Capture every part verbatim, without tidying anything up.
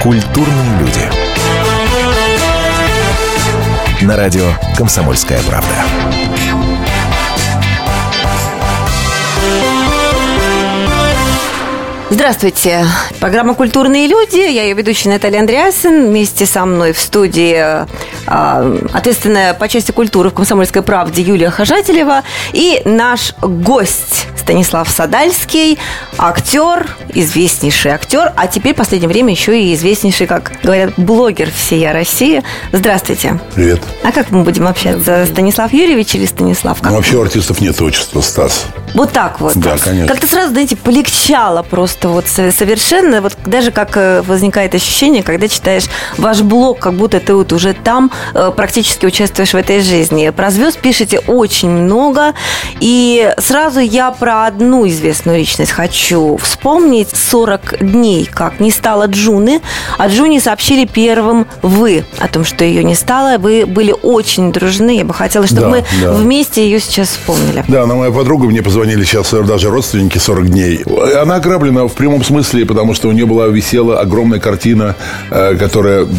Культурные люди. На радио «Комсомольская правда». Здравствуйте. Программа «Культурные люди». Я ее ведущая Наталья Андреасен. Вместе со мной в студии э, ответственная по части культуры в «Комсомольской правде» Юлия Хожателева и наш гость Станислав Садальский, актер, известнейший актер, а теперь в последнее время еще и известнейший, как говорят, блогер всей России. Здравствуйте. Привет. А как мы будем общаться? Станислав Юрьевич или Станислав? Как? Ну, вообще у артистов нет отчества Стас. Вот так вот. Да, конечно. Как-то сразу, знаете, полегчало просто вот совершенно. Вот даже как возникает ощущение, когда читаешь ваш блог, как будто ты вот уже там практически участвуешь в этой жизни. Про звезд пишете очень много. И сразу я про одну известную личность хочу вспомнить. сорок дней, как не стало Джуны. О Джуне сообщили первым вы. О том, что ее не стало. Вы были очень дружны. Я бы хотела, чтобы да, мы да. вместе ее сейчас вспомнили. Да, она моя подруга. Мне позвонили сейчас даже родственники сорок дней. Она ограблена в прямом смысле, потому что у нее была висела огромная картина, которая...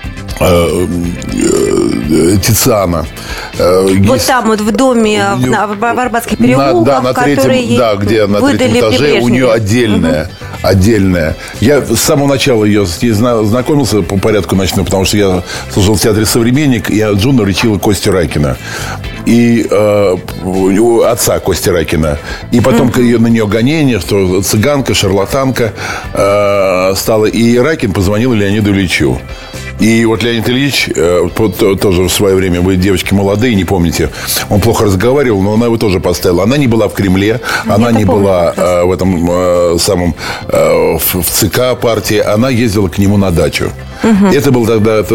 Тициана. Вот Есть... там вот в доме в, на, в Арбатских переулках, на, да, на третьем, да, где на третьем этаже у нее отдельная, угу. отдельная. Я с самого начала ее с ней знакомился по порядку ночному, потому что я служил в театре «Современник», и Джуну лечила Костя Ракина. И э, у отца Кости Ракина. И потом mm-hmm. ее, на нее гонение, что цыганка, шарлатанка э, стала. И Ракин позвонил Леониду Ильичу. И вот Леонид Ильич, э, тоже в свое время, вы девочки молодые, не помните, он плохо разговаривал, но она его тоже поставила. Она не была в Кремле, Я она не помню, была э, в этом э, самом э, в, в ЦК партии, она ездила к нему на дачу. Угу. Это было тогда, это,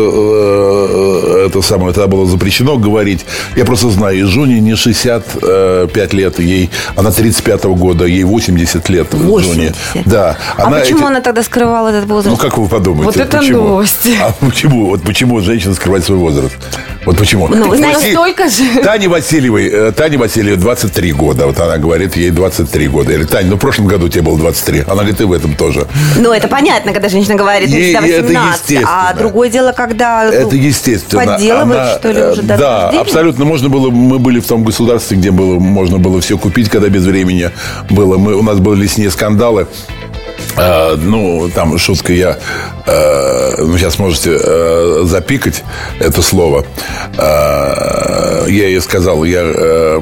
э, это самое, тогда было запрещено говорить. Я просто знаю, Джуне не шестьдесят пять лет, ей, она тридцать пятого года, ей восемьдесят лет. восемьдесят? Да. А она почему эти... она тогда скрывала этот возраст? Ну, как вы подумаете? Вот это почему? новость. А почему? Вот почему женщина скрывает свой возраст? Вот почему? Ну, вы знаете, Васи... столько же. Тане Васильевой, Тане Васильевой двадцать три года. Вот она говорит, ей двадцать три года. Я говорю, Тань, ну в прошлом году тебе было двадцать три. Она говорит, и в этом тоже. Ну, это понятно, когда женщина говорит, ну, всегда восемнадцать. А другое дело, когда это естественно. Подделывают, она, что ли, уже до Да, рождения? абсолютно. Можно было, мы были в том государстве, где было, можно было все купить, когда без времени было. Мы, у нас были с ней скандалы. Uh, ну, там шутка, я uh, ну, сейчас можете uh, запикать это слово. Uh, я ей сказал, я, uh,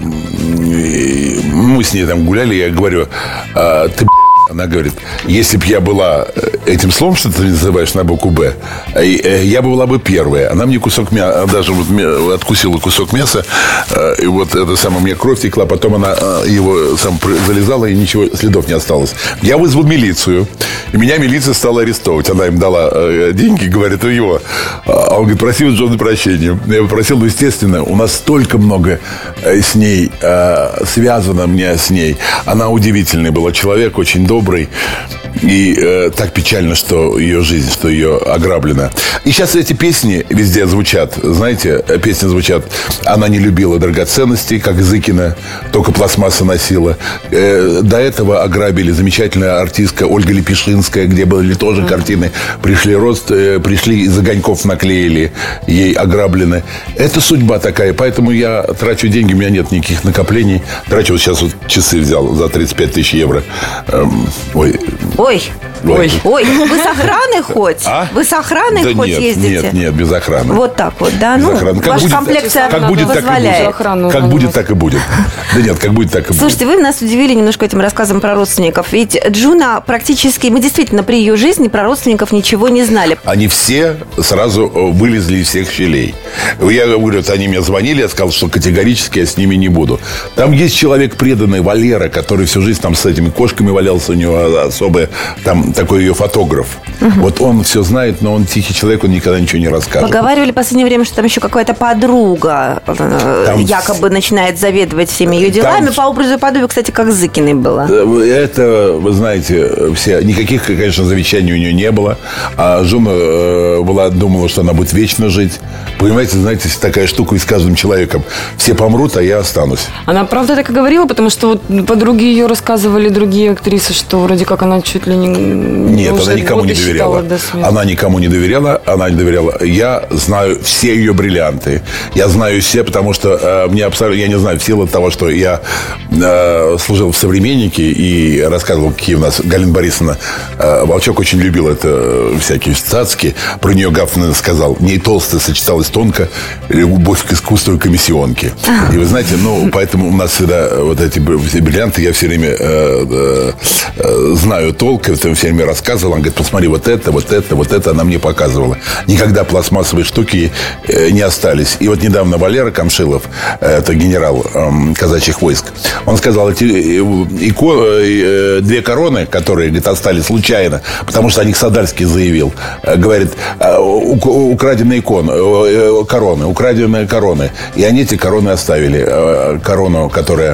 мы с ней там гуляли, я говорю, uh, ты, она говорит, если бы я была этим словом, что ты называешь на букву «Б», я бы была бы первая. Она мне кусок мяса, даже вот откусила кусок мяса, и вот это самое, мне кровь текла, потом она его сам залезала, и ничего, следов не осталось. Я вызвал милицию, и меня милиция стала арестовывать. Она им дала деньги, говорит, у его. А он говорит, проси у Джона прощения. Я попросил, ну, естественно, у нас столько много с ней связано, мне с ней. Она удивительный была человек, очень добрый. И э, так печально, что ее жизнь, что ее ограблена. И сейчас эти песни везде звучат. Знаете, песни звучат. Она не любила драгоценностей, как Зыкина, только пластмасса носила. Э, до этого ограбили замечательная артистка Ольга Лепешинская, где были тоже картины. Пришли рост, э, пришли из огоньков наклеили, ей ограблены. Это судьба такая, поэтому я трачу деньги, у меня нет никаких накоплений. Трачу, вот сейчас вот часы взял за тридцать пять тысяч евро. Эм, ой... Ой, ой, ой, вы с охраной хоть? А? Вы с охраной да хоть нет, ездите? Нет, нет, без охраны. Вот так вот, да? Без ну, охраны. Как ваша будет, комплекция как будет, позволяет. Так и будет. Как будет, так и будет. Да нет, как будет, так и будет. Слушайте, вы нас удивили немножко этим рассказом про родственников. Ведь Джуна практически, мы действительно при ее жизни про родственников ничего не знали. Они все сразу вылезли из всех щелей. Я говорю, они мне звонили, я сказал, что категорически я с ними не буду. Там есть человек преданный, Валера, который всю жизнь там с этими кошками валялся, у него особый, там такой ее фотограф. Угу. Вот он все знает, но он тихий человек, он никогда ничего не расскажет. Поговаривали в последнее время, что там еще какая-то подруга там... якобы начинает заведовать всеми ее делами. Там... По образу и подобию, кстати, как Зыкиной было. Это, вы знаете, все, никаких, конечно, завещаний у нее не было. А жена была, думала, что она будет вечно жить. Понимаете, знаете, такая штука и с каждым человеком. Все помрут, а я останусь. Она правда так и говорила, потому что вот подруги ее рассказывали, другие актрисы, что вроде как она чуть ли не Нет, она никому не доверяла. Она никому не доверяла, она не доверяла. Я знаю все ее бриллианты. Я знаю все, потому что э, мне абсолютно, я не знаю, в силу того, что я э, служил в «Современнике» и рассказывал, какие у нас Галина Борисовна э, Волчок очень любила это всякие цацки. Про нее Гафман сказал: в ней толстая сочеталась тонко любовь к искусству и комиссионке. И вы знаете, ну, поэтому у нас всегда вот эти бриллианты, я все время э, э, э, знаю толк, это все время рассказывал. Он говорит: посмотри, вот это, вот это, вот это она мне показывала. Никогда пластмассовые штуки э, не остались. И вот недавно Валера Камшилов, э, это генерал э, казачьих войск, он сказал: эти ико, э, две короны, которые, говорит, остались случайно, потому что о них Садальский заявил, э, говорит, э, украденные иконы, э, короны, украденные короны. И они эти короны оставили. Э, корону, которая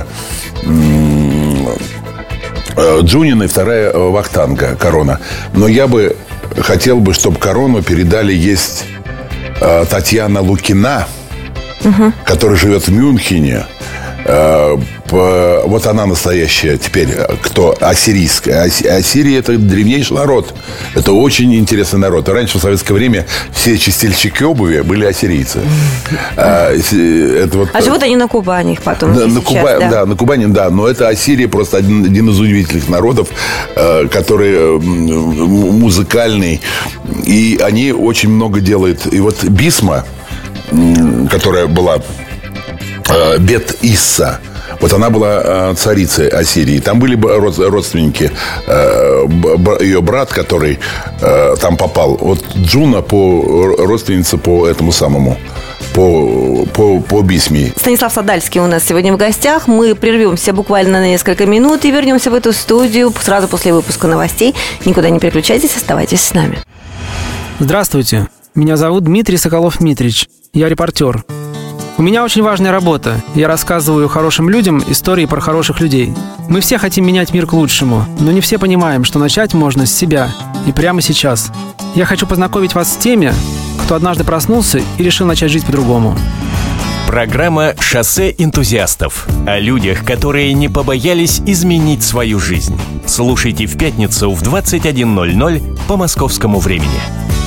э, Джунина, и вторая э, Вахтанга корона. Но я бы хотел бы, чтобы корону передали есть э, Татьяна Лукина, угу. которая живет в Мюнхене. Э, по, вот она настоящая теперь, кто ассирийская. Ассирия — это древнейший народ. Это очень интересный народ. Раньше, в советское время, все чистильщики обуви были ассирийцы. А, это вот, а живут они на Кубани их потом. На, на, сейчас, Куба, да. да, на Кубани, да. Но это Ассирия просто один, один из удивительных народов, который музыкальный. И они очень много делают. И вот Бисма, которая была Бет-Исса, вот она была царицей Ассирии. Там были родственники. Ее брат, который там попал. Вот Джуна по родственница по этому самому, по, по, по Бисме. Станислав Садальский у нас сегодня в гостях. Мы прервемся буквально на несколько минут и вернемся в эту студию сразу после выпуска новостей. Никуда не переключайтесь, оставайтесь с нами. Здравствуйте. Меня зовут Дмитрий Соколов-Митрич. Я репортер. У меня очень важная работа. Я рассказываю хорошим людям истории про хороших людей. Мы все хотим менять мир к лучшему, но не все понимаем, что начать можно с себя и прямо сейчас. Я хочу познакомить вас с теми, кто однажды проснулся и решил начать жить по-другому. Программа «Шоссе энтузиастов» о людях, которые не побоялись изменить свою жизнь. Слушайте в пятницу в двадцать один ноль ноль по московскому времени.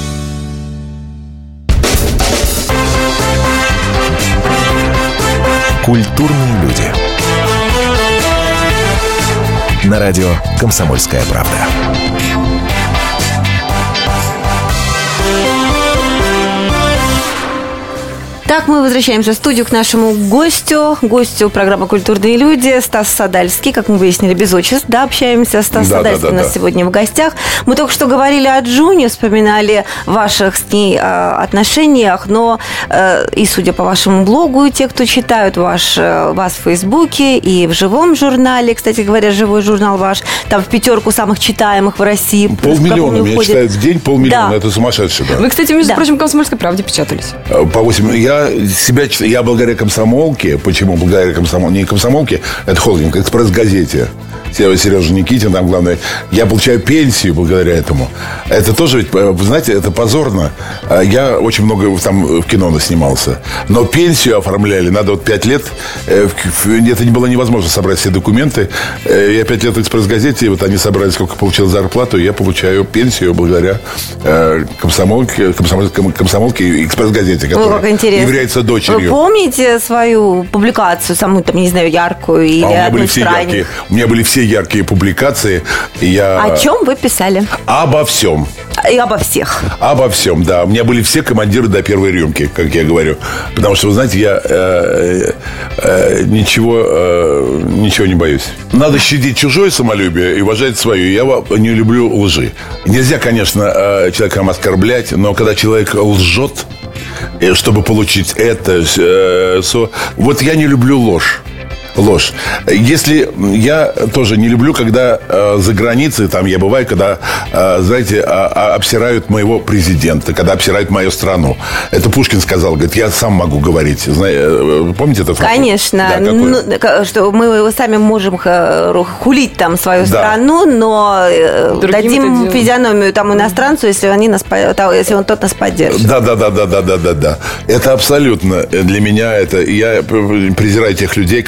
Культурные люди. На радио «Комсомольская правда». Так, мы возвращаемся в студию к нашему гостю, гостю программы «Культурные люди» Стас Садальский, как мы выяснили, без отчеств, да, общаемся. Стас да, Садальский да, да, у нас да. сегодня в гостях. Мы только что говорили о Джуне, вспоминали ваших с ней э, отношениях, но э, и, судя по вашему блогу, те, кто читают ваш, э, вас в Фейсбуке и в живом журнале, кстати говоря, живой журнал ваш, там в пятерку самых читаемых в России. Полмиллиона, меня входит... читают в день, полмиллиона, да. Это сумасшедший, да. Вы, кстати, между да. прочим, в «Комсомольской правде» печатались. По восемь. Я себя, я благодаря комсомолке, почему благодаря комсомолке, не комсомолке, это холдинг, «Экспресс-газете». Сережа Никитин, там главное. Я получаю пенсию благодаря этому. Это тоже, ведь, вы знаете, это позорно. Я очень много там в кино наснимался. Но пенсию оформляли, надо вот пять лет. Это не было невозможно собрать все документы. Я пять лет в «Экспресс-газете», вот они собрали, сколько получил зарплату, и я получаю пенсию благодаря комсомолке, комсомолке, комсомолке и «Экспресс-газете», которая является дочерью. Вы помните свою публикацию, самую, там, не знаю, яркую или а у меня одну были из все крайних? яркие. У меня были все яркие публикации. Я... О чем вы писали? Обо всем. И обо всех. Обо всем, да. У меня были все командиры до первой рюмки, как я говорю. Потому что, вы знаете, я э, э, ничего, э, ничего не боюсь. Надо щадить чужое самолюбие и уважать свое. Я не люблю лжи. Нельзя, конечно, человека оскорблять, но когда человек лжет, чтобы получить это, э, со... вот я не люблю ложь. Ложь. Если я тоже не люблю, когда э, за границей, там я бываю, когда, э, знаете, э, обсирают моего президента, когда обсирают мою страну. Это Пушкин сказал, говорит, я сам могу говорить. Знаете, помните это? Конечно. Да, ну, что мы сами можем хулить там свою да. страну, но другим дадим физиономию там иностранцу, если, они нас, если он тот нас поддержит. Да, да, да, да, да, да, да, да. Это абсолютно для меня это. Я презираю тех людей, которые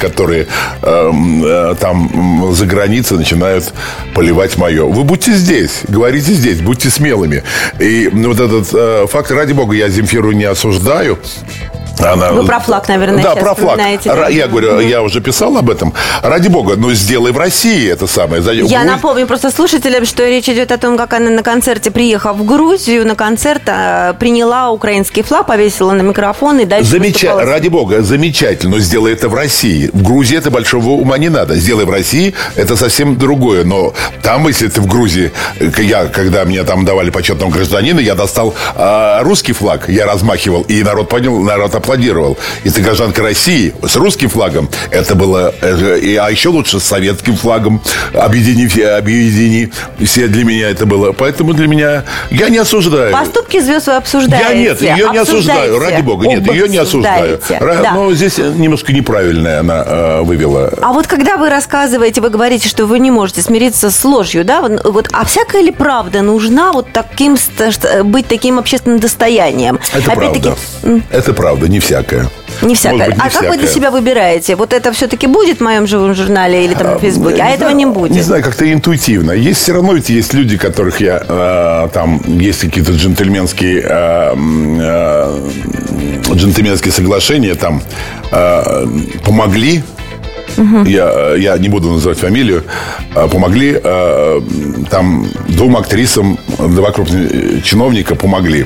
люди э, э, там за границей начинают поливать мое. Вы будьте здесь, говорите здесь, будьте смелыми. И вот этот э, факт, ради бога, я Земфиру не осуждаю. Она... Вы про флаг, наверное, да, сейчас про флаг. вспоминаете. Я говорю, mm-hmm. я уже писал об этом. Ради бога, но сделай в России это самое. Я Груз... напомню просто слушателям, что речь идет о том, как она на концерте, приехав в Грузию, на концерт приняла украинский флаг, повесила на микрофон и дальше Замеча... Ради бога, замечательно, но сделай это в России. В Грузии это большого ума не надо. Сделай в России, это совсем другое. Но там, если ты в Грузии, я, когда мне там давали почетного гражданина, я достал а, русский флаг, я размахивал, и народ понял, народ аплодировал. И ты гражданка России с русским флагом, это было, а еще лучше с советским флагом, объедини, объедини, все для меня это было. Поэтому для меня, я не осуждаю. Поступки звезд вы обсуждаете. Я нет, ее не осуждаю, ради бога, нет, ее не осуждаю. Да. Но здесь немножко неправильно она э, вывела. А вот когда вы рассказываете, вы говорите, что вы не можете смириться с ложью, да, вот, а всякая ли правда нужна вот таким, быть таким общественным достоянием? Это правда. Это правда, не всякая. Не всякая. Быть, не а всякая. Как вы для себя выбираете? Вот это все-таки будет в моем живом журнале или там на Фейсбуке, а, а этого знаю, не будет? Не знаю, как-то интуитивно. Есть все равно ведь есть люди, которых я э, там есть какие-то джентльменские э, э, джентльменские соглашения там э, помогли. Угу. Я, я не буду называть фамилию. Помогли э, там двум актрисам, два крупных чиновника помогли.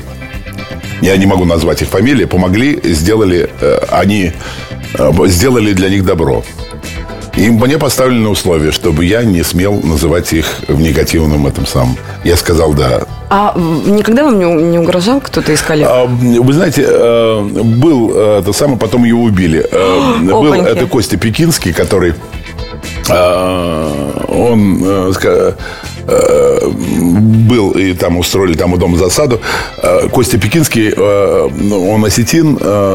Я не могу назвать их фамилии. Помогли, сделали, э, они э, сделали для них добро. И мне поставлено условие, чтобы я не смел называть их в негативном этом самом. Я сказал да. А никогда вам не угрожал кто-то из коллег? А, вы знаете, э, был э, то самое, потом его убили. Э, был это Костя Пекинский, который э, он э, был и там устроили там у дома засаду. Костя Пекинский, он осетин,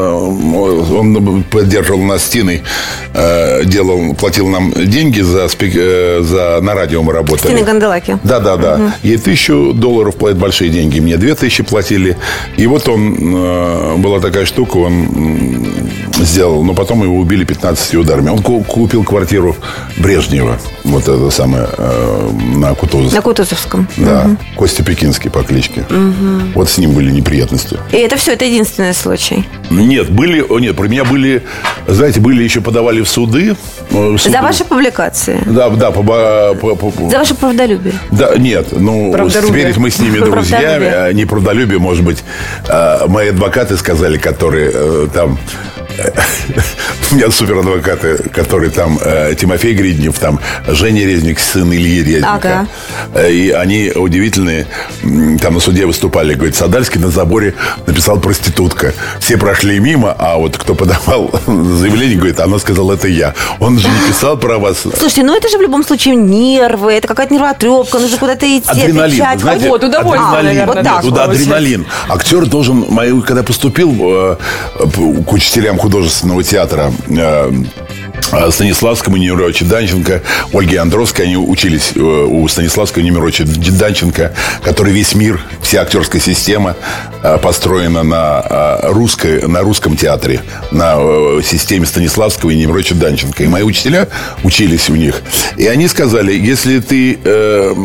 он поддерживал нас с Тиной, делал, платил нам деньги за, за на радио мы работали. Тина Ганделаки. Да, да, да. Угу. Ей тысячу долларов платят большие деньги, мне две тысячи платили. И вот он, была такая штука, он сделал, но потом его убили пятнадцатью ударами. Он купил квартиру Брежнева, вот это самое, на Кутузовском. На Кутузовском. Да, угу. Костя Пекинский по кличке. Угу. Вот с ним были неприятности. И это все, это единственный случай? Нет, были, нет, про меня были, знаете, были еще подавали в суды. В суды. За ваши публикации? Да, да. По, по, по, За ваше правдолюбие? Да, нет, ну, теперь мы с ними друзьями, а не правдолюбие, может быть, мои адвокаты сказали, которые там... У меня суперадвокаты, которые там э, Тимофей Гриднев, там Женя Резник, сын Ильи Резника. Ага. И они удивительные. Там на суде выступали. Говорит, Садальский на заборе написал проститутка. Все прошли мимо, а вот кто подавал заявление, говорит, она сказала, это я. Он же не писал про вас. Слушайте, ну это же в любом случае нервы, это какая-то нервотрепка, нужно куда-то идти, адреналин, отвечать. Знаете, вот, удовольствие, адреналин, наверное. вот, так, туда адреналин. Актер должен, когда поступил э, к учителям художественного театра э, Станиславскому, Немировича Данченко, Ольги Андровской, они учились у Станиславского, Немировича Данченко, который весь мир, вся актерская система построена на, русской, на русском театре, на системе Станиславского и Немировича Данченко. И мои учителя учились у них. И они сказали, если ты э,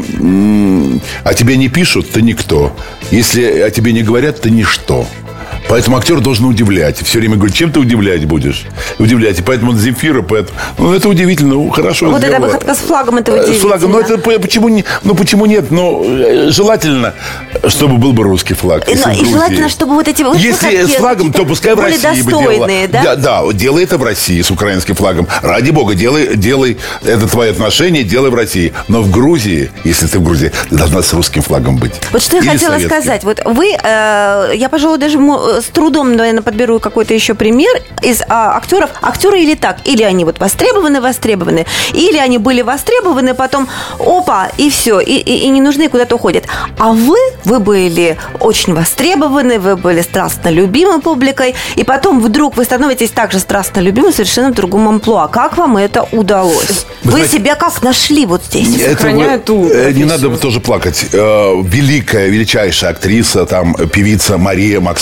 о тебе не пишут, ты никто. Если о тебе не говорят, ты ничто. Поэтому актер должен удивлять. Все время говорит, чем ты удивлять будешь? Удивлять. И поэтому Земфира, поэтому... Ну, это удивительно, ну, хорошо вот сделала. эта выходка с флагом, это удивительно. С флагом, ну, это почему, не, ну, почему нет? Ну, желательно, чтобы был бы русский флаг. Но, и желательно, чтобы вот эти... Вот если с флагом, то пускай в России бы делала. Да? Да, да, делай это в России с украинским флагом. Ради бога, делай, делай, это твои отношения, делай в России. Но в Грузии, если ты в Грузии, ты должна с русским флагом быть. Вот что я Или хотела советским. сказать. Вот вы, э, я, пожалуй, даже с трудом, наверное, подберу какой-то еще пример из а, актеров. Актеры или так, или они вот востребованы, востребованы, или они были востребованы, потом опа, и все, и, и, и не нужны, и куда-то уходят. А вы, вы были очень востребованы, вы были страстно любимы публикой, и потом вдруг вы становитесь также страстно любимы в совершенно другом амплуа. Как вам это удалось? Вы, вы знаете, себя как нашли вот здесь? Сохраняя ту профессию. Не надо тоже плакать. Великая, величайшая актриса, там, певица Мария Максакова.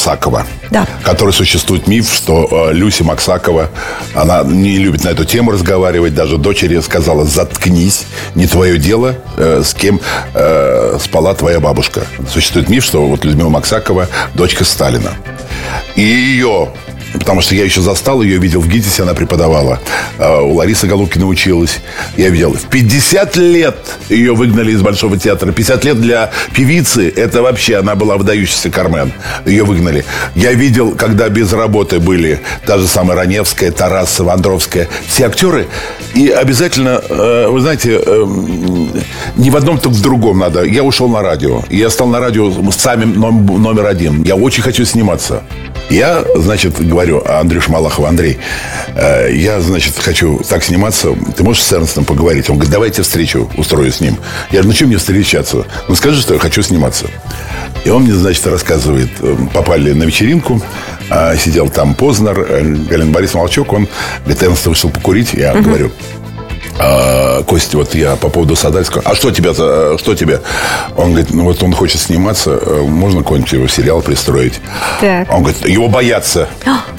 Да. Который существует миф, что Люся Максакова, она не любит на эту тему разговаривать. Даже дочери сказала: заткнись, не твое дело, э, с кем э, спала твоя бабушка. Существует миф, что вот Людмила Максакова дочка Сталина. И ее... Потому что я еще застал ее, видел в ГИТИСе, она преподавала. У Ларисы Голубкиной училась. Я видел. В пятьдесят лет ее выгнали из Большого театра. пятьдесят лет для певицы, это вообще, она была выдающийся Кармен. Ее выгнали. Я видел, когда без работы были та же самая Раневская, Тарасова, Андровская. Все актеры. И обязательно, вы знаете, не в одном, так в другом надо. Я ушел на радио. Я стал на радио самым номер один. Я очень хочу сниматься. Я, значит, говорю Андрюше Малахову: Андрей, э, я, значит, хочу так сниматься. Ты можешь с Эрнстом поговорить? Он говорит: давайте встречу устрою с ним. Я говорю: ну, чем мне встречаться? Ну, скажи, что я хочу сниматься. И он мне, значит, рассказывает. Попали на вечеринку. Э, сидел там Познер, э, Галина Борисовна Молчок. Он говорит: Эрнст вышел покурить. Я uh-huh. говорю: А, Костя, вот я по поводу Садальского. А что тебя, что тебе? Он говорит: ну вот он хочет сниматься, можно какой-нибудь его сериал пристроить? Так. Он говорит: его боятся.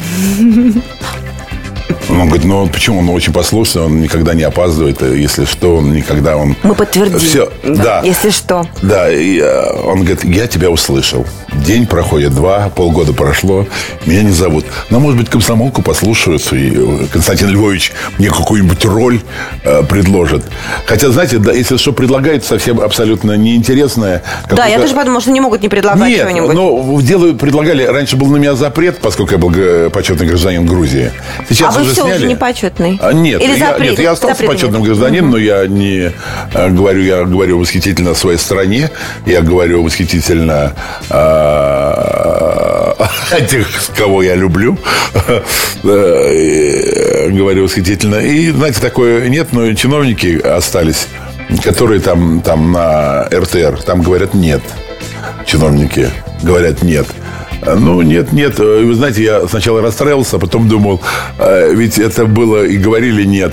Он говорит: ну почему? Он очень послушный, он никогда не опаздывает. Если что, он никогда... Он... Мы подтвердим. Все, да. да. Если что. Да, и он говорит: я тебя услышал. День проходит, два, полгода прошло, меня не зовут. Но, может быть, комсомолку послушают, и Константин Львович мне какую-нибудь роль э, предложит. Хотя, знаете, да, если что предлагают, совсем абсолютно неинтересное. Да, я тоже подумала, что не могут не предлагать Нет, чего-нибудь. но делают, предлагали. Раньше был на меня запрет, поскольку я был почетный гражданин Грузии. Сейчас а уже вы все сняли. уже не почетный? А, нет, Или я, запрет? нет, я остался Запрет почетным нет. гражданином, угу. но я не а, говорю, я говорю восхитительно о своей стране, я говорю восхитительно а, о тех, кого я люблю, говорю восхитительно. И, знаете, такое нет, но чиновники остались, которые там, там на эр тэ эр, там говорят нет. Чиновники говорят нет. Ну, нет, нет. Вы знаете, я сначала расстраивался, а потом думал, ведь это было и говорили нет,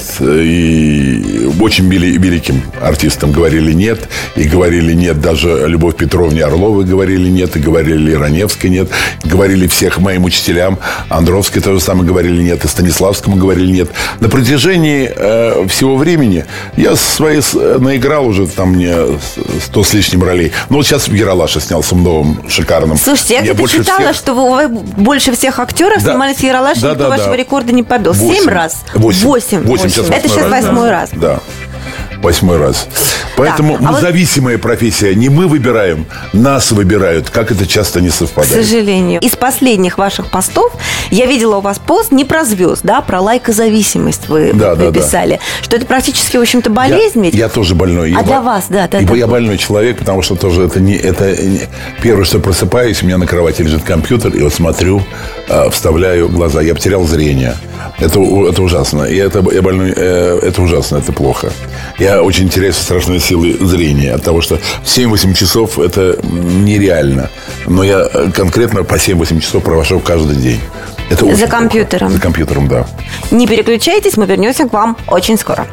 и очень великим артистам говорили нет, и говорили нет даже Любовь Петровне Орловой говорили нет, и говорили Раневской нет, говорили всех моим учителям, Андровской то же самое говорили нет, и Станиславскому говорили нет. На протяжении э, всего времени я свои наиграл уже там мне сто с лишним ролей. Ну, вот сейчас в Ералаше снялся в новом, шикарном. Слушайте, я где-то читала, всех... что вы больше всех актеров да. снимались в Ералаше, да, никто да, вашего да. рекорда не побил. Семь раз? Восемь. Восемь. Восемь. Восемь. Это сейчас раз. восьмой раз. Да. Восьмой раз. Поэтому да. а мы вот... зависимая профессия. Не мы выбираем, нас выбирают. Как это часто не совпадает. К сожалению. Из последних ваших постов я видела у вас пост не про звезд, да, про лайкозависимость вы, да, вы да, писали. Да. Что это практически, в общем-то, болезнь. Я, я тоже больной. А я для бо... вас, да. да Ибо да, я да. больной человек, потому что тоже это не... Это не... Первое, что просыпаюсь, у меня на кровати лежит компьютер, и вот смотрю, э, вставляю глаза. Я потерял зрение. Это, это ужасно. И это, я больной, э, это ужасно, это плохо. Я очень теряю страшные силы зрения от того, что семь-восемь часов это нереально. Но я конкретно по семь-восемь часов провожу каждый день. Это За компьютером. плохо. За компьютером, да. Не переключайтесь, мы вернемся к вам очень скоро.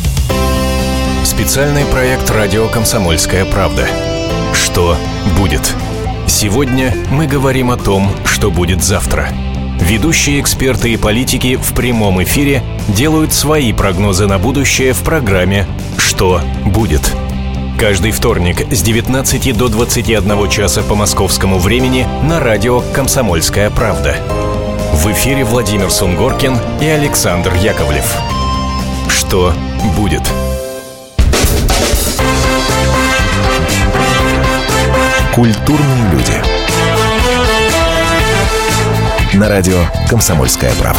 Специальный проект «Радио Комсомольская правда». Что будет? Сегодня мы говорим о том, что будет завтра. Ведущие эксперты и политики в прямом эфире делают свои прогнозы на будущее в программе «Что будет?». Каждый вторник с девятнадцати до двадцати одного часа по московскому времени на радио «Комсомольская правда». В эфире Владимир Сунгоркин и Александр Яковлев. Что будет? Культурные люди. На радио «Комсомольская правда».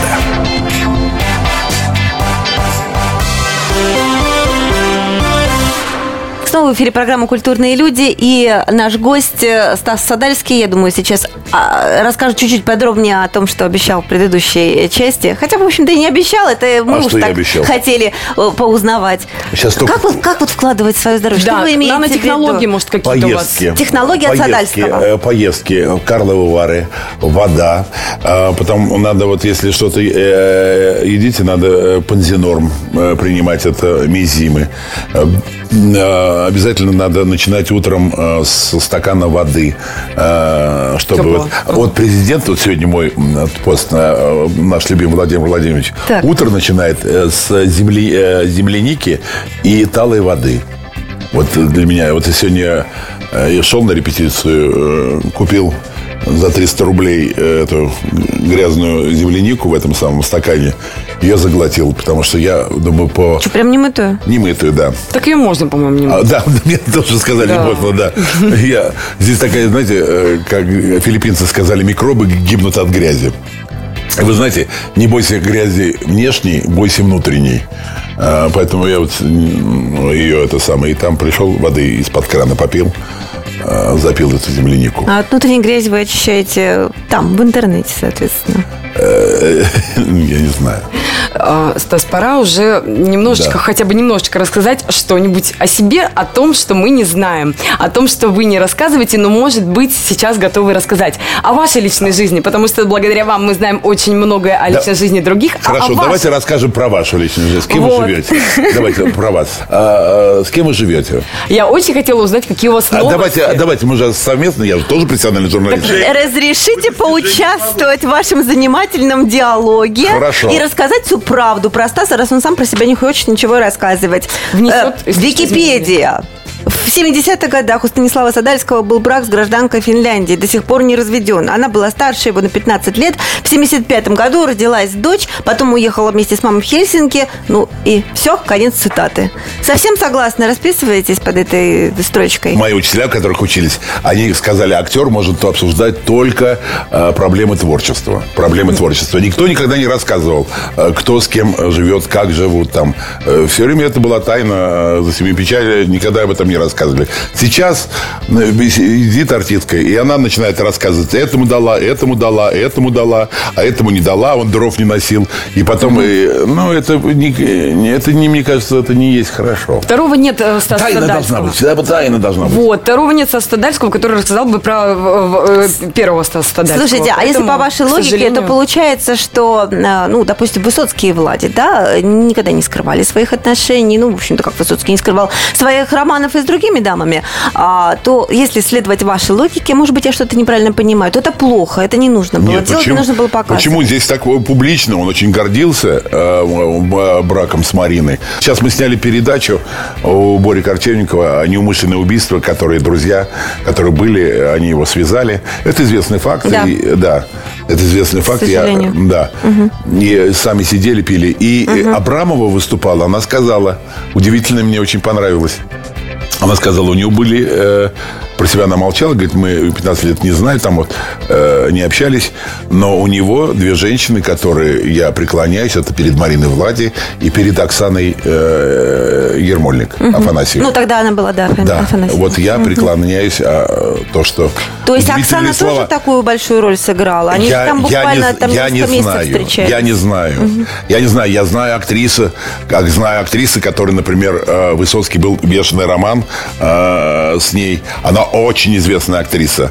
Снова в эфире программа «Культурные люди». И наш гость Стас Садальский, я думаю, сейчас расскажет чуть-чуть подробнее о том, что обещал в предыдущей части. Хотя, в общем-то, и не обещал. Это мы а уж так хотели поузнавать. Сейчас как, только... вот, как вот вкладывать свое здоровье? Да, что вы имеете нанотехнологии, может, какие-то поездки, у вас? Технологии от Садальского. Поездки, Карловы Вары, вода. Потом надо, вот если что-то едите, надо панзинорм принимать, это мизимы. э, обязательно надо начинать утром э, с стакана воды, э, чтобы вот, вот президент, вот сегодня мой пост, э, наш любимый Владимир Владимирович, так. утро начинает э, с земли, э, земляники и талой воды. Вот для меня, вот сегодня э, я шел на репетицию, э, купил за триста рублей эту грязную землянику в этом самом стакане. Ее заглотил, потому что я думаю по... Что, прям не мытую? Не мытую, да. Так ее можно, по-моему, не мыть. А, да, мне тоже сказали, да. можно, да. Я, здесь такая, знаете, как филиппинцы сказали, микробы гибнут от грязи. Вы знаете, не бойся грязи внешней, бойся внутренней. А, поэтому я вот ее это самое, и там пришел, воды из-под крана попил. Запил эту землянику. А от внутренней грязи вы очищаете там, в интернете, соответственно? Я не знаю. Стас, пора уже немножечко, да. хотя бы немножечко рассказать что-нибудь о себе, о том, что мы не знаем, о том, что вы не рассказываете, но, может быть, сейчас готовы рассказать о вашей личной жизни, потому что благодаря вам мы знаем очень многое о личной да. жизни других. Хорошо, а давайте расскажем про вашу личную жизнь. С кем вот. вы живете? Давайте про вас. А, а, с кем вы живете? Я очень хотела узнать, какие у вас новости. А давайте, давайте мы же совместно, я же тоже профессиональный журналист. Так, разрешите поучаствовать в вашем занимательном диалоге Хорошо. и рассказать всю правду про Стаса, раз он сам про себя не хочет ничего рассказывать. Внесет э, Википедия. В семидесятых годах у Станислава Садальского был брак с гражданкой Финляндии, до сих пор не разведен. Она была старше его на пятнадцать лет. В семьдесят пятом году родилась дочь, потом уехала вместе с мамой в Хельсинки. Ну и все, конец цитаты. Совсем согласны, расписываетесь под этой строчкой? Мои учителя, которых учились, они сказали, актер может обсуждать только э, проблемы творчества. Проблемы творчества. Никто никогда не рассказывал, э, кто с кем живет, как живут там. Э, все время это была тайна э, за семью печали, никогда об этом не рассказывали. Сейчас сидит артистка, и она начинает рассказывать. Этому дала, этому дала, этому дала, а этому не дала, он дров не носил. И потом, mm-hmm. и, ну, это не, это не, мне кажется, это не есть хорошо. Второго нет э, Стаса Тайна Стадальского. должна быть, всегда тайна должна быть. Вот, второго нет Стаса Стадальского, который рассказал бы про э, э, первого Стаса Стадальского. Слушайте, а Поэтому, если по вашей логике, сожалению... то получается, что, ну, допустим, Высоцкий и Влади, да, никогда не скрывали своих отношений, ну, в общем-то, как Высоцкий не скрывал своих романов и с другими дамами, а, то если следовать вашей логике, может быть, я что-то неправильно понимаю, то это плохо, это не нужно было Нет, делать, почему, не нужно было показывать. Почему здесь такое публично? Он очень гордился э, браком с Мариной. Сейчас мы сняли передачу у Бори Корчевникова о неумышленное убийство, которые друзья, которые были, они его связали. Это известный факт. Да, и, да это известный факт. К сожалению. Я, да. Угу. И сами сидели, пили. И угу. Абрамова выступала, она сказала, удивительно, мне очень понравилось. Она сказала, у нее были, э, про себя она молчала, говорит, мы пятнадцать лет не знали, там вот э, не общались, но у него две женщины, которые я преклоняюсь, это перед Мариной Влади и перед Оксаной э, Ермольник, угу. Афанасьевой. Ну, тогда она была, да, да. Афанасьева. Вот я преклоняюсь, а то, что... То есть Оксана слова... тоже такую большую роль сыграла? Они я, там буквально я не, там я не несколько месяцев знаю, встречались. Я не знаю. Угу. Я не знаю. Я знаю актрисы, как знаю актрисы, которые, например, Высоцкий был «Бешеный роман» э, с ней. Она очень известная актриса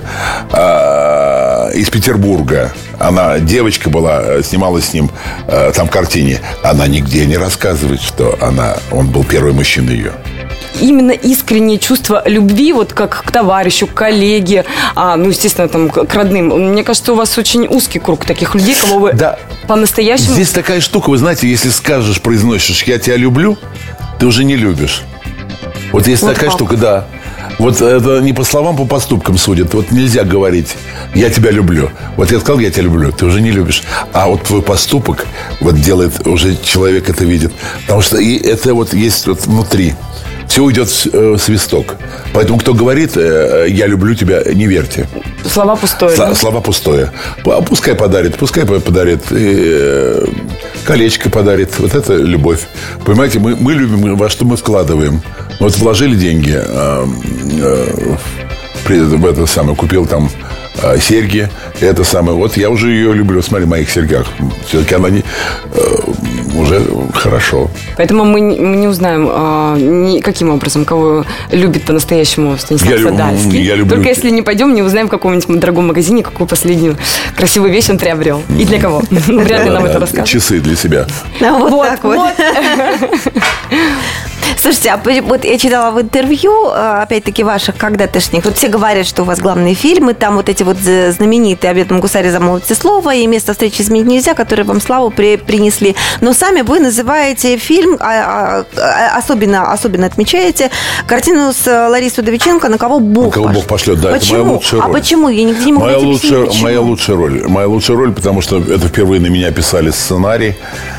э, из Петербурга. Она девочка была, снималась с ним э, там в картине. Она нигде не рассказывает, что она, он был первый мужчина ее. Именно искреннее чувство любви, вот как к товарищу, к коллеге, а, ну, естественно, там, к родным. Мне кажется, у вас очень узкий круг таких людей, кого вы да. по-настоящему... Здесь такая штука, вы знаете, если скажешь, произносишь «я тебя люблю», ты уже не любишь. Вот есть вот такая как? штука, да. Вот это не по словам, по поступкам судят. Вот нельзя говорить «я тебя люблю». Вот я сказал «я тебя люблю», ты уже не любишь. А вот твой поступок вот делает, уже человек это видит. Потому что и это вот есть вот внутри. Все уйдет в свисток. Поэтому, кто говорит «я люблю тебя», не верьте. Слова пустое. Слова, слова пустое. Пускай подарит, пускай подарит и колечко подарит. Вот это любовь. Понимаете, мы, мы любим, во что мы вкладываем. Вот вложили деньги э, э, в это самое, купил там э, серьги, это самое. Вот я уже ее люблю. Смотри, в моих серьгах. Все-таки она не, э, уже хорошо. Поэтому мы, мы не узнаем, э, ни, каким образом, кого любит по-настоящему Станислав я Садальский. Я люблю. Только если не пойдем, не узнаем в каком-нибудь дорогом магазине, какую последнюю красивую вещь он приобрел. И для кого. Вряд ли нам это расскажут. Часы для себя. Вот так вот. Слушайте, а вот я читала в интервью, опять-таки, ваших когда-тошних, вот все говорят, что у вас главные фильмы, там вот эти вот знаменитые «О бедном гусаре замолвите слово» и «Место встречи изменить нельзя», которые вам славу при, принесли. Но сами вы называете фильм, особенно, особенно отмечаете картину с Ларисой Удовиченко «На кого Бог, На кого Бог пошлет». Да, почему? Это моя лучшая роль. А почему? Я нигде не могу моя найти лучшая, почему? моя лучшая роль. Моя лучшая роль, потому что это впервые на меня писали сценарий.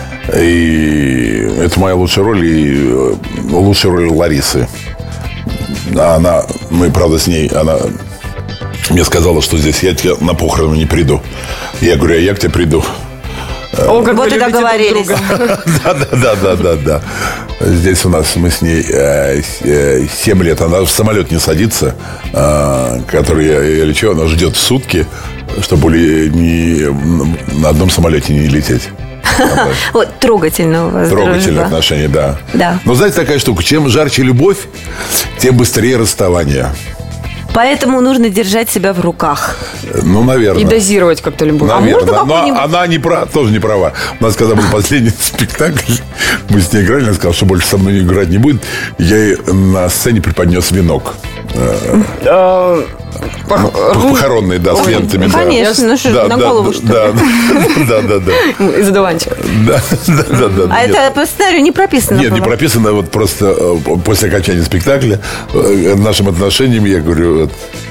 И это моя лучшая роль и лучшая роль Ларисы. Она, мы, правда, с ней, она мне сказала, что здесь я тебе на похороны не приду. Я говорю, а я к тебе приду. О, как вот и договорились. Да, да, да, да, да, да. Здесь у нас мы с ней семь лет. Она в самолет не садится, который я, я лечу. Она ждет сутки, чтобы более ни на одном самолете не лететь. Вот трогательно у вас Трогательные отношения, да. Да. Но знаете, такая штука, чем жарче любовь, тем быстрее расставание. Поэтому нужно держать себя в руках. Ну, наверное. И дозировать как-то любовь. Наверное. А можно Но она не прав, тоже не права. У нас, когда был последний спектакль, мы с ней играли, она сказала, что больше со мной играть не будет. Я ей на сцене преподнес венок. Пох... Похоронный, да, с лентами. Конечно, ну что, на голову, что ли? Да, да, да, да. Из одуванчика. Да, да, да. А это по сценарию не прописано Нет, было? не прописано. Вот просто после окончания спектакля нашим отношениям, я говорю,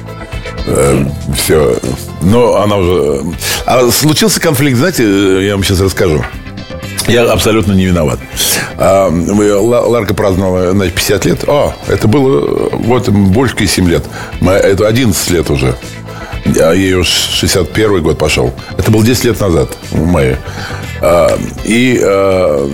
все. Но она уже... А случился конфликт, знаете, я вам сейчас расскажу. Я абсолютно не виноват. А, мы, Ларка праздновала, значит, пятьдесят лет. О, это было вот больше семь лет. Мы, это одиннадцать лет уже. А ей уж шестьдесят первый год пошел. Это было десять лет назад, в мае. А, и а,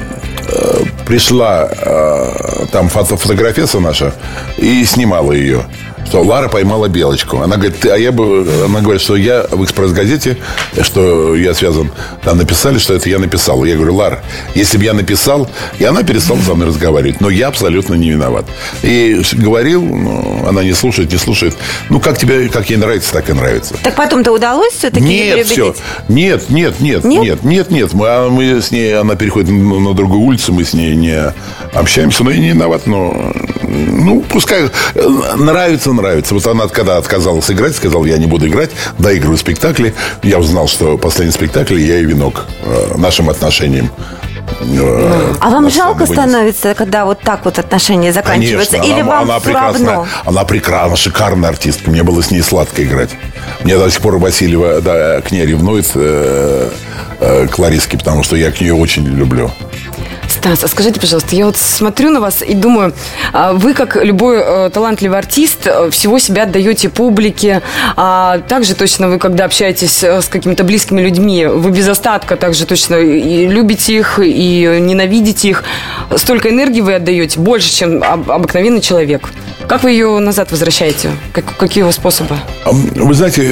а, пришла а, там фото, фотографица наша и снимала ее. Что Лара поймала белочку. Она говорит, ты, а я бы, она говорит, что я в «Экспресс-газете», что я связан, там написали, что это я написал. Я говорю, Лара, если бы я написал, и она перестала со мной разговаривать, но я абсолютно не виноват. И говорил, ну, она не слушает, не слушает. Ну, как тебе, как ей нравится, так и нравится. Так потом-то удалось все-таки нет, все. Нет, нет, нет, нет, нет, нет, нет. Мы, а мы с ней, она переходит на, на другую улицу, мы с ней не общаемся, но я не виноват, но, ну, пускай нравится, нравится. Вот она, когда отказалась играть, сказала, я не буду играть, доигрываю спектакли. Я узнал, что последний спектакль я и венок э, нашим отношениям. Э, а вам жалко вынес. становится, когда вот так вот отношения заканчиваются? Конечно, Или она, вам она все прекрасная, равно? она прекрасная, шикарная артистка. Мне было с ней сладко играть. Мне до сих пор Васильева, да, к ней ревнует э, э, к Лариске, потому что я к ней очень люблю. Стас, а скажите, пожалуйста, я вот смотрю на вас и думаю, вы, как любой э, талантливый артист, всего себя отдаете публике, а также точно вы, когда общаетесь с какими-то близкими людьми, вы без остатка также точно и любите их, и ненавидите их. Столько энергии вы отдаете, больше, чем об- обыкновенный человек. Как вы ее назад возвращаете? Как, какие его способы? Вы знаете,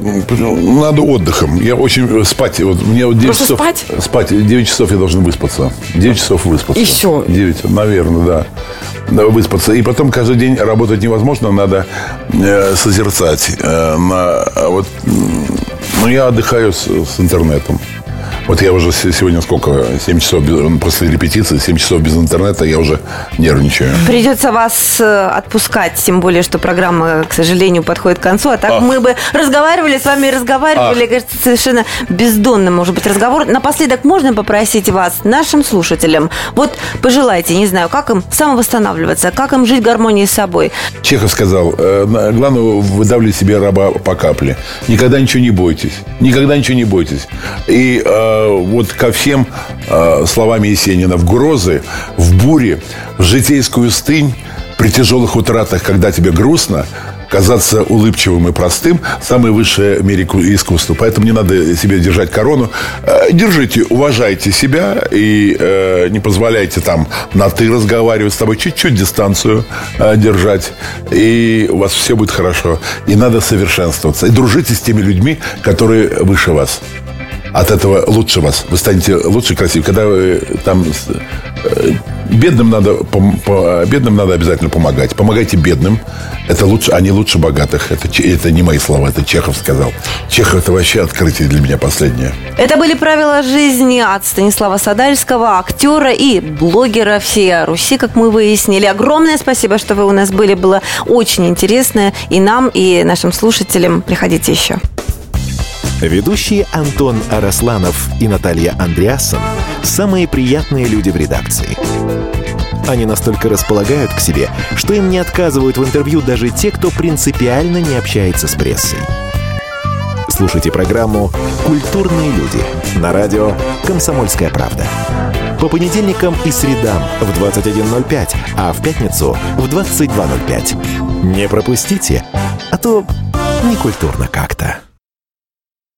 надо отдыхом. Я очень спать. Вот мне вот девять Просто часов, спать? Спать. девять часов я должен выспаться. девять часов выспаться. И все? девять, наверное, да. Надо выспаться. И потом каждый день работать невозможно. Надо э, созерцать. Э, на, вот, ну, я отдыхаю с, с интернетом. Вот я уже сегодня сколько? семь часов без, после репетиции, семь часов без интернета, я уже нервничаю. Придется вас отпускать, тем более, что программа, к сожалению, подходит к концу. А так Ах. мы бы разговаривали с вами, разговаривали, Ах. кажется, совершенно бездонный, может быть, разговор. Напоследок можно попросить вас, нашим слушателям, вот пожелайте, не знаю, как им самовосстанавливаться, как им жить в гармонии с собой. Чехов сказал, главное, выдавливать себе раба по капле. Никогда ничего не бойтесь. Никогда ничего не бойтесь. И вот ко всем э, словам Есенина: в грозы, в буре, в житейскую стынь, при тяжелых утратах, когда тебе грустно, казаться улыбчивым и простым – самое высшее в мире искусство. Поэтому не надо себе держать корону. Э, держите, уважайте себя и э, не позволяйте там на «ты» разговаривать с тобой, чуть-чуть дистанцию э, держать, и у вас все будет хорошо. И надо совершенствоваться. И дружите с теми людьми, которые выше вас. От этого лучше вас. Вы станете лучше, красивее. Когда вы там Бедным надо, бедным надо обязательно помогать. Помогайте бедным. Это лучше, они лучше богатых. Это, это не мои слова, это Чехов сказал. Чехов — это вообще открытие для меня последнее. Это были правила жизни от Станислава Садальского, актера и блогера всей Руси, как мы выяснили. Огромное спасибо, что вы у нас были. Было очень интересно. И нам, и нашим слушателям. Приходите еще. Ведущие Антон Арасланов и Наталья Андреасон – самые приятные люди в редакции. Они настолько располагают к себе, что им не отказывают в интервью даже те, кто принципиально не общается с прессой. Слушайте программу «Культурные люди» на радио «Комсомольская правда». По понедельникам и средам в двадцать один ноль пять, а в пятницу в двадцать два ноль пять. Не пропустите, а то некультурно как-то.